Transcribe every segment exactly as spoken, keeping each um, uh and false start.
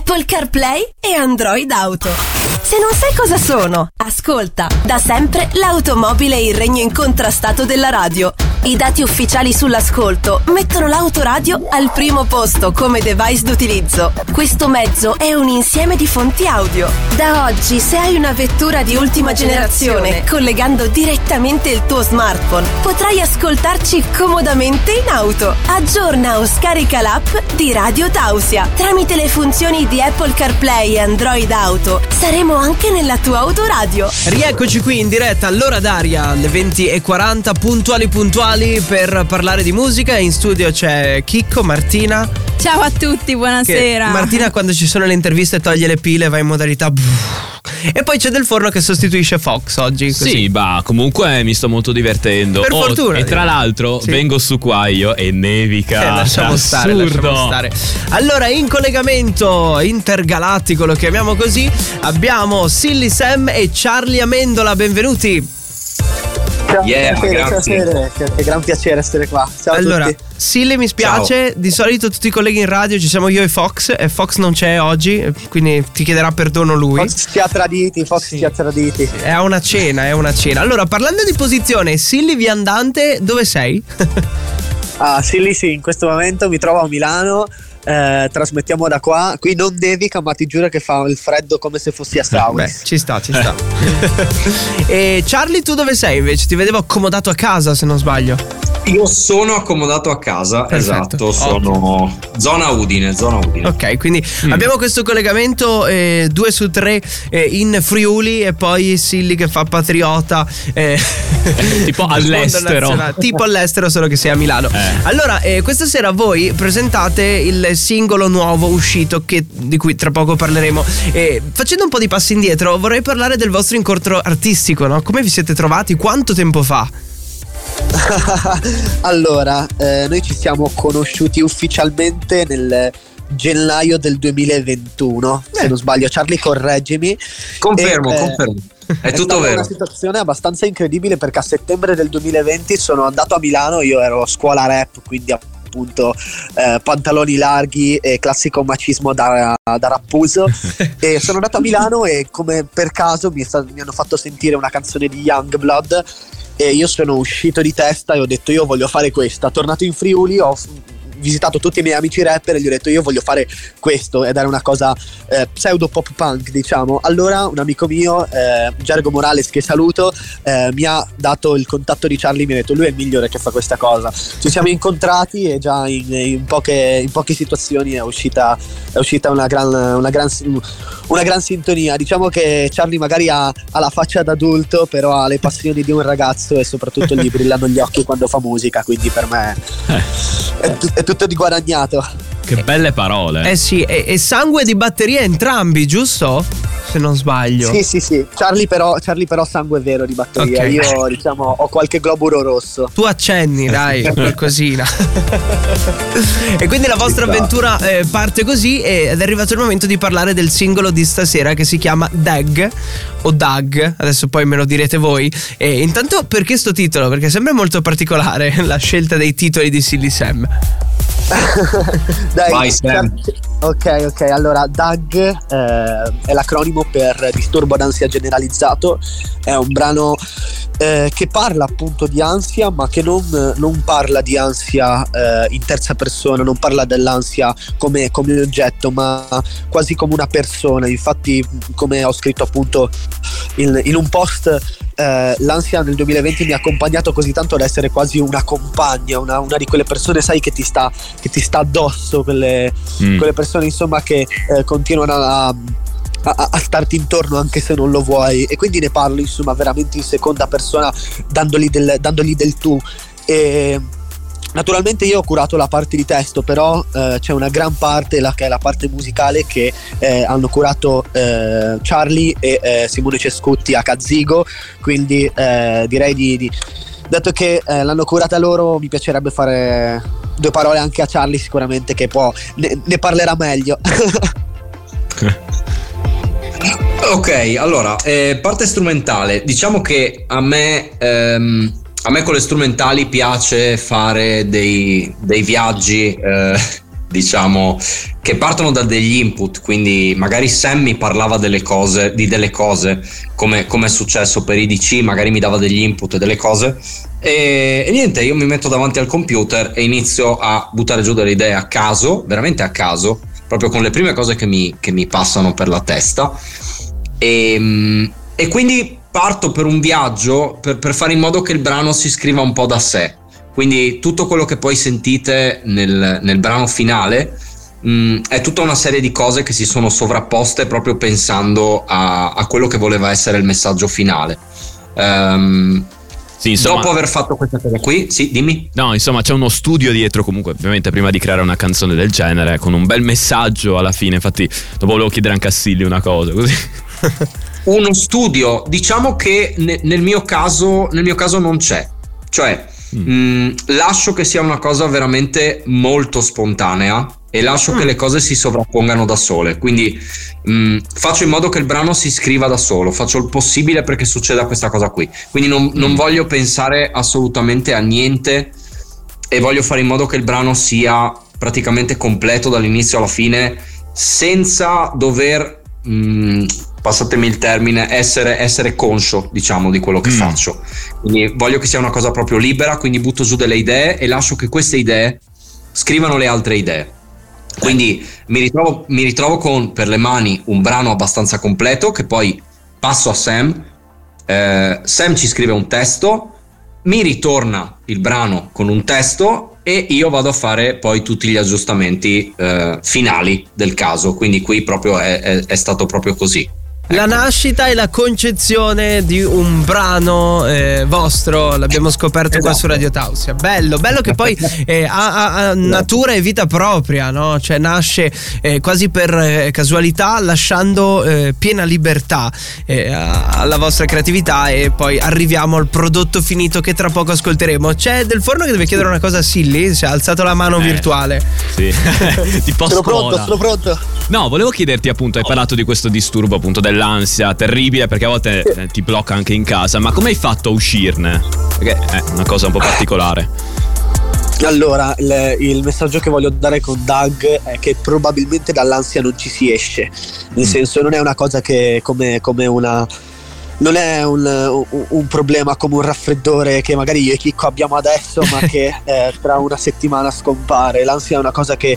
Apple CarPlay e Android Auto. Se non sai cosa sono, ascolta. Da sempre l'automobile è il regno incontrastato della radio. I dati ufficiali sull'ascolto mettono l'autoradio al primo posto come device d'utilizzo. Questo mezzo è un insieme di fonti audio. Da oggi, se hai una vettura di ultima generazione, collegando direttamente il tuo smartphone, potrai ascoltarci comodamente in auto. Aggiorna o scarica l'app di Radio Tausia. Tramite le funzioni di Apple CarPlay e Android Auto, saremo anche nella tua autoradio. Rieccoci qui in diretta all'ora d'aria alle venti e quaranta, puntuali puntuali per parlare di musica. In studio c'è Chicco, Martina. Ciao a tutti, buonasera. Che Martina quando ci sono le interviste toglie le pile, va in modalità e poi c'è Del Forno che sostituisce Fox oggi così. Sì, bah, comunque mi sto molto divertendo. Per oh, fortuna. E tra l'altro sì. vengo su qua io e nevica. Eh, lasciamo stare, lasciamo stare. Allora, in collegamento intergalattico, lo chiamiamo così, abbiamo Silly Sam e Charlie Amendola, benvenuti. Ciao, yeah, piacere, piacere, che, che gran piacere essere qua. Ciao allora, a tutti. Silly, mi spiace, ciao. Di solito tutti i colleghi in radio ci siamo io e Fox, e Fox non c'è oggi, quindi ti chiederà perdono lui. Fox ci ha traditi, Fox sì. ci ha traditi. È una cena, è una cena. Allora, parlando di posizione, Silly viandante, dove sei? Ah, Silly sì, in questo momento mi trovo a Milano. Eh, trasmettiamo da qua. Qui non nevica, ma ti giuro che fa il freddo come se fossi a Sauris. Beh, ci sta, ci sta. E Charlie, tu dove sei invece? Ti vedevo accomodato a casa, se non sbaglio. Io sono accomodato a casa. Perfetto. Esatto, sono Ottimo. zona Udine, zona Udine. Ok, quindi mm. abbiamo questo collegamento eh, due su tre eh, in Friuli, e poi Silly che fa patriota eh, tipo all'estero. Tipo all'estero, solo che sei a Milano. eh. Allora, eh, questa sera voi presentate il singolo nuovo uscito, che, di cui tra poco parleremo. E facendo un po' di passi indietro, vorrei parlare del vostro incontro artistico, no? Come vi siete trovati? Quanto tempo fa? Allora, eh, noi ci siamo conosciuti ufficialmente nel gennaio del duemilaventuno, eh. se non sbaglio. Charlie, correggimi. Confermo, e, confermo. È, è tutto vero. È una situazione abbastanza incredibile, perché a settembre del duemilaventi sono andato a Milano. Io ero a scuola rap, quindi appunto eh, pantaloni larghi e classico macismo da, da rappuso. E sono andato a Milano e come per caso mi, sta, mi hanno fatto sentire una canzone di Youngblood e io sono uscito di testa e ho detto io voglio fare questa. Tornato in Friuli ho visitato tutti i miei amici rapper e gli ho detto io voglio fare questo, ed era una cosa eh, pseudo pop punk, diciamo. Allora un amico mio, eh, Gergo Morales, che saluto, eh, mi ha dato il contatto di Charlie, mi ha detto lui è il migliore che fa questa cosa. Ci siamo incontrati e già in, in, poche, in poche situazioni è uscita, è uscita una gran, una, gran, una gran sintonia. Diciamo che Charlie magari ha, ha la faccia d'adulto, però ha le passioni di un ragazzo e soprattutto gli brillano gli occhi quando fa musica, quindi per me è, è tutto di guadagnato. Che belle parole. Eh sì, e, e sangue di batteria entrambi, giusto? Se non sbaglio. Sì, sì, sì. Charlie però, Charlie però sangue vero di batteria. Okay. Io diciamo ho qualche globulo rosso. Tu accenni, dai, qualcosina. E quindi la vostra avventura eh, parte così, ed è arrivato il momento di parlare del singolo di stasera, che si chiama Dag o Dag, adesso poi me lo direte voi. E intanto, perché sto titolo? Perché sembra molto particolare la scelta dei titoli di Silly Sam. Dai, Vai, Sam. Ok, ok, allora D A G eh, è l'acronimo per disturbo d'ansia generalizzato. È un brano eh, che parla appunto di ansia, ma che non, non parla di ansia eh, in terza persona, non parla dell'ansia come, come oggetto, ma quasi come una persona. Infatti, come ho scritto appunto in, in un post, eh, l'ansia nel duemilaventi mi ha accompagnato così tanto da essere quasi una compagna, una, una di quelle persone, sai, che ti sta, che ti sta addosso, quelle, mm. quelle persone insomma che eh, continuano a, a, a starti intorno anche se non lo vuoi, e quindi ne parlo insomma veramente in seconda persona, dandogli del, dandogli del tu. E naturalmente io ho curato la parte di testo, però eh, c'è una gran parte, la, che è la parte musicale, che eh, hanno curato eh, Charlie e eh, Simone Cescutti a Cazigo, quindi eh, direi di, di dato che eh, l'hanno curata loro, mi piacerebbe fare due parole anche a Charlie, sicuramente, che può ne, ne parlerà meglio. Ok, allora, eh, parte strumentale. Diciamo che a me ehm, a me con le strumentali piace fare dei, dei viaggi eh, diciamo, che partono da degli input, quindi magari Sam mi parlava delle cose, di delle cose, come, come è successo per I D C, magari mi dava degli input e delle cose, e, e niente, io mi metto davanti al computer e inizio a buttare giù delle idee a caso, veramente a caso, proprio con le prime cose che mi, che mi passano per la testa, e, e quindi parto per un viaggio per, per fare in modo che il brano si scriva un po' da sé. Quindi tutto quello che poi sentite nel, nel brano finale mh, è tutta una serie di cose che si sono sovrapposte proprio pensando a, a quello che voleva essere il messaggio finale. Um, sì, insomma, dopo aver fatto questa cosa qui, sì, dimmi. No, insomma, c'è uno studio dietro comunque, ovviamente, prima di creare una canzone del genere, con un bel messaggio alla fine. Infatti dopo volevo chiedere anche a Silly una cosa, così. Uno studio, diciamo che ne, nel mio caso nel mio caso non c'è, cioè mm. mh, lascio che sia una cosa veramente molto spontanea e lascio mm. che le cose si sovrappongano da sole, quindi mh, faccio in modo che il brano si scriva da solo, faccio il possibile perché succeda questa cosa qui, quindi non, mm. non voglio pensare assolutamente a niente e voglio fare in modo che il brano sia praticamente completo dall'inizio alla fine, senza dover mh, passatemi il termine, essere, essere conscio, diciamo, di quello che mm. faccio. Quindi voglio che sia una cosa proprio libera, quindi butto giù delle idee e lascio che queste idee scrivano le altre idee. Quindi mi ritrovo, mi ritrovo con per le mani un brano abbastanza completo che poi passo a Sam, eh, Sam ci scrive un testo, mi ritorna il brano con un testo e io vado a fare poi tutti gli aggiustamenti eh, finali del caso, quindi qui proprio è, è, è stato proprio così. La ecco. nascita e la concezione di un brano eh, vostro l'abbiamo scoperto esatto. qua su Radio Tausia. Bello, bello che poi eh, ha, ha natura e vita propria, no? Cioè nasce eh, quasi per eh, casualità, lasciando eh, piena libertà eh, alla vostra creatività, e poi arriviamo al prodotto finito che tra poco ascolteremo. C'è Del Forno che deve chiedere una cosa a Silly, si è alzato la mano eh, virtuale. Sì. Tipo sono pronto, sono pronto. No, volevo chiederti, appunto, hai parlato di questo disturbo appunto dell'ansia terribile, perché a volte eh, ti blocca anche in casa, ma come hai fatto a uscirne? Perché è una cosa un po' particolare. Allora, il, il messaggio che voglio dare con Doug è che probabilmente dall'ansia non ci si esce, nel mm. senso, non è una cosa che come, come una non è un, un, un problema come un raffreddore che magari io e Chicco abbiamo adesso ma che eh, tra una settimana scompare. L'ansia è una cosa che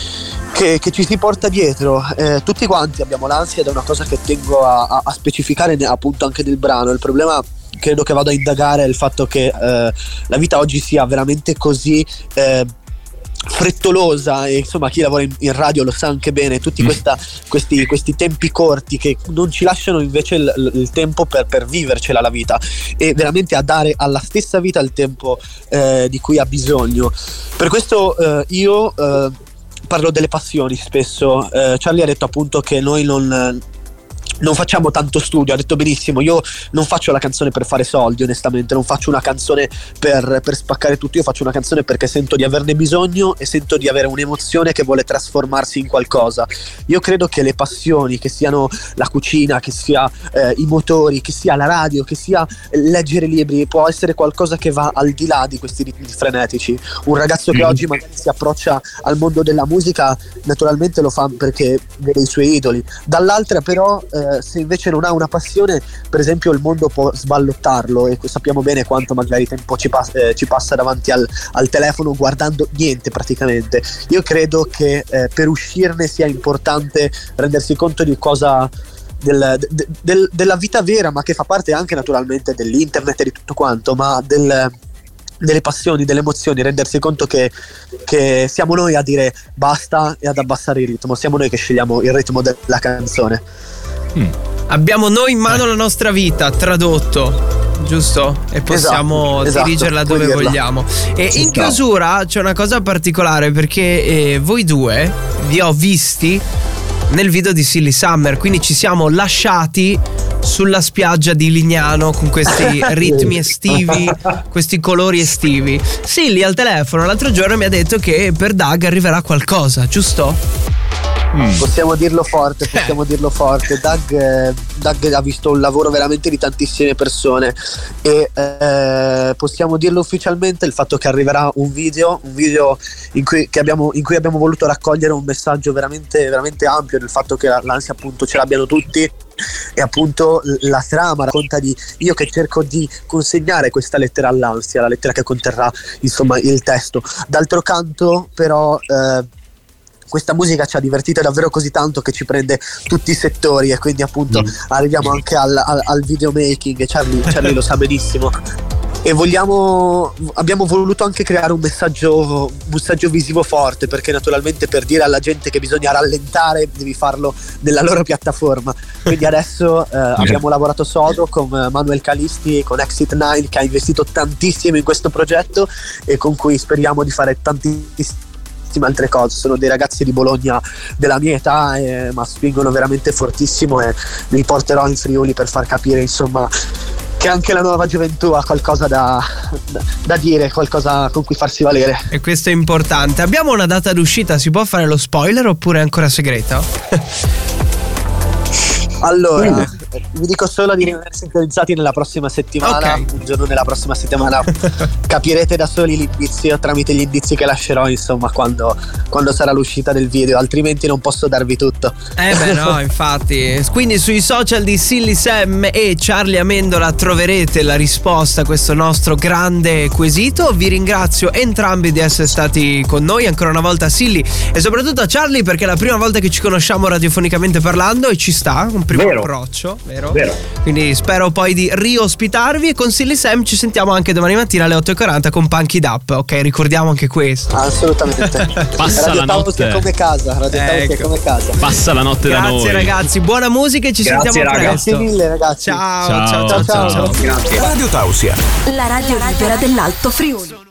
Che, che ci si porta dietro, eh, tutti quanti abbiamo l'ansia ed è una cosa che tengo a, a, a specificare appunto anche nel brano. Il problema credo che vado a indagare è il fatto che eh, la vita oggi sia veramente così eh, frettolosa, e insomma chi lavora in, in radio lo sa anche bene, tutti mm. questa, questi, questi tempi corti che non ci lasciano invece il, il tempo per, per vivercela la vita e veramente a dare alla stessa vita il tempo eh, di cui ha bisogno. Per questo eh, io eh, parlo delle passioni spesso. eh, Charlie ha detto appunto che noi non non facciamo tanto studio, ha detto benissimo, io non faccio la canzone per fare soldi, onestamente, non faccio una canzone per, per spaccare tutto, io faccio una canzone perché sento di averne bisogno e sento di avere un'emozione che vuole trasformarsi in qualcosa. Io credo che le passioni, che siano la cucina, che sia eh, i motori, che sia la radio, che sia leggere libri, può essere qualcosa che va al di là di questi ritmi frenetici. Un ragazzo che oggi magari si approccia al mondo della musica naturalmente lo fa perché vede i suoi idoli, dall'altra però eh, se invece non ha una passione, per esempio, il mondo può sballottarlo, e sappiamo bene quanto magari tempo ci, pass- eh, ci passa davanti al, al telefono guardando niente praticamente. Io credo che eh, per uscirne sia importante rendersi conto di cosa del, de, del, della vita vera, ma che fa parte anche naturalmente dell'internet e di tutto quanto, ma del delle passioni, delle emozioni, rendersi conto che, che siamo noi a dire basta e ad abbassare il ritmo, siamo noi che scegliamo il ritmo della canzone. Mm. Abbiamo noi in mano eh. la nostra vita, tradotto, giusto? E possiamo esatto, dirigerla esatto, dove vogliamo. E in chiusura c'è una cosa particolare, perché eh, voi due vi ho visti nel video di Silly Summer, quindi ci siamo lasciati sulla spiaggia di Lignano con questi ritmi estivi, questi colori estivi. Silly al telefono l'altro giorno mi ha detto che per Doug arriverà qualcosa, giusto? Mm. Possiamo dirlo forte, possiamo dirlo forte. Doug, eh, Doug ha visto un lavoro veramente di tantissime persone e eh, possiamo dirlo ufficialmente, il fatto che arriverà un video, un video in cui, che abbiamo, in cui abbiamo voluto raccogliere un messaggio veramente, veramente ampio del fatto che l'ansia appunto ce l'abbiano tutti. E appunto la trama racconta di io che cerco di consegnare questa lettera all'ansia, la lettera che conterrà insomma il testo. D'altro canto però eh, questa musica ci ha divertito davvero così tanto che ci prende tutti i settori e quindi appunto mm. arriviamo anche al, al, al videomaking e Charlie, Charlie lo sa benissimo. E vogliamo, abbiamo voluto anche creare un messaggio, un messaggio visivo forte, perché naturalmente per dire alla gente che bisogna rallentare devi farlo nella loro piattaforma. Quindi adesso eh, abbiamo lavorato sodo con Manuel Calisti e con Exit nine, che ha investito tantissimo in questo progetto e con cui speriamo di fare tantissime altre cose. Sono dei ragazzi di Bologna della mia età, eh, ma spingono veramente fortissimo e li porterò in Friuli per far capire insomma che anche la nuova gioventù ha qualcosa da, da, da dire, qualcosa con cui farsi valere. E questo è importante. Abbiamo una data d'uscita, si può fare lo spoiler oppure è ancora segreto? Allora, vi dico solo di rimanere sintonizzati nella prossima settimana. Okay. Un giorno nella prossima settimana capirete da soli l'indizio tramite gli indizi che lascerò, insomma, quando, quando sarà l'uscita del video, altrimenti non posso darvi tutto. Eh beh no, infatti. Quindi sui social di Silly Sam e Charlie Amendola troverete la risposta a questo nostro grande quesito. Vi ringrazio entrambi di essere stati con noi, ancora una volta a Silly e soprattutto a Charlie, perché è la prima volta che ci conosciamo radiofonicamente parlando e ci sta un primo vero. approccio, vero? vero? Quindi spero poi di riospitarvi e con Silly Sam ci sentiamo anche domani mattina alle otto e quaranta con Punk It Up, ok? Ricordiamo anche questo. Assolutamente. Passa Radio la Taos notte. è come casa, Radio Taos Ecco. è come casa. Passa la notte Grazie da noi. ragazzi, buona musica e ci Grazie, sentiamo raga. presto. Grazie mille ragazzi. Ciao, Ciao, ciao, ciao, ciao. ciao. ciao. Grazie. La radio libera dell'Alto Friuli.